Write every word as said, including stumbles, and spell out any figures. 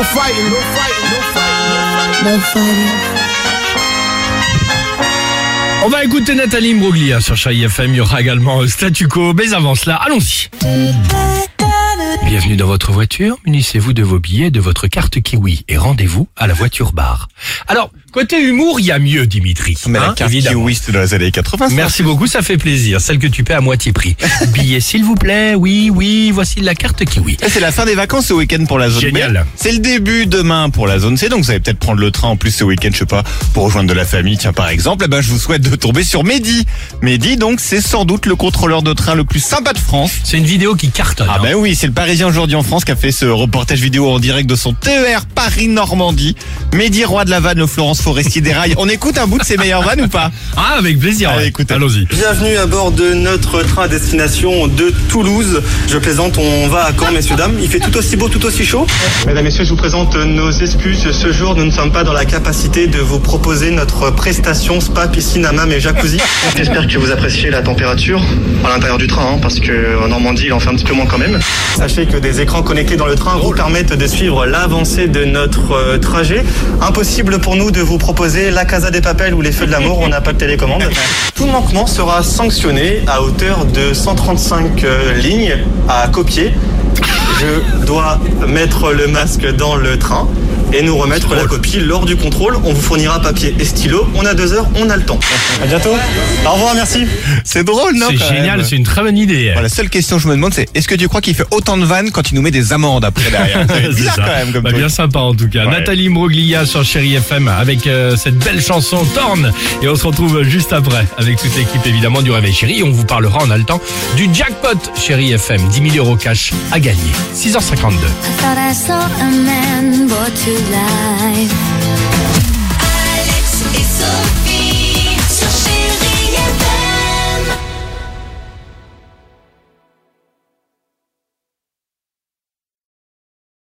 fighting, no fighting, no fighting, no fighting. On va écouter Nathalie Imbruglia sur Chérie F M. Il y aura également Statu Quo. Mais avant cela, allons-y. Bienvenue dans votre voiture. Munissez-vous de vos billets, de votre carte Kiwi et rendez-vous à la voiture bar. Alors, côté humour, il y a mieux, Dimitri. Mais hein, la carte évidemment. Kiwi, c'était dans les années quatre-vingts. Merci beaucoup, ça fait plaisir. Celle que tu paies à moitié prix. Billets, s'il vous plaît. Oui, oui, voici la carte Kiwi. C'est la fin des vacances ce week-end pour la zone Génial. B. C'est le début demain pour la zone C, donc vous allez peut-être prendre le train en plus ce week-end, je sais pas, pour rejoindre de la famille, tiens par exemple. Eh ben, je vous souhaite de tomber sur Mehdi. Mehdi, donc, c'est sans doute le contrôleur de train le plus sympa de France. C'est une vidéo qui cartonne. Ah hein. ben oui, c'est le Parisien aujourd'hui en France qui a fait ce reportage vidéo en direct de son T E R Paris-Normandie. Mehdi, roi de la vanne, Florence Forestier des rails. On écoute un bout de ses meilleures vannes ou pas? Ah, avec plaisir. Allez, ouais. écoutez. Allons-y. Bienvenue à bord de notre train à destination de Toulouse. Je plaisante, on va à Caen, messieurs, dames. Il fait tout aussi beau, tout aussi chaud. Mesdames, messieurs, je vous présente nos excuses. Ce jour, nous ne sommes pas dans la capacité de vous proposer notre prestation spa, piscine, hammam et jacuzzi. J'espère que vous appréciez la température à l'intérieur du train, hein, parce qu'en Normandie, il en fait un petit peu moins quand même. Sachez que des écrans connectés dans le train vous permettent de suivre l'avancée de notre euh, trajet. Impossible pour nous de vous proposer la Casa des Papel ou les Feux de l'amour, on n'a pas de télécommande. Tout manquement sera sanctionné à hauteur de cent trente-cinq euh, lignes à copier. Je dois mettre le masque dans le train et nous remettre la copie lors du contrôle. On vous fournira papier et stylo. On a deux heures, on a le temps. À bientôt. Au revoir, merci. C'est drôle, non? C'est quand génial, même. c'est une très bonne idée. Bon, la seule question que je me demande, c'est est-ce que tu crois qu'il fait autant de vannes quand il nous met des amendes après derrière? C'est C'est bizarre ça. quand même comme Bah, truc. bien sympa en tout cas. Ouais. Nathalie Imbruglia sur Chérie F M avec euh, cette belle chanson Torn. Et on se retrouve juste après avec toute l'équipe évidemment du Réveil Chérie. On vous parlera, on a le temps, du jackpot Chérie F M. dix mille euros cash à gagner. six heures cinquante-deux. I thought I saw a man brought to life.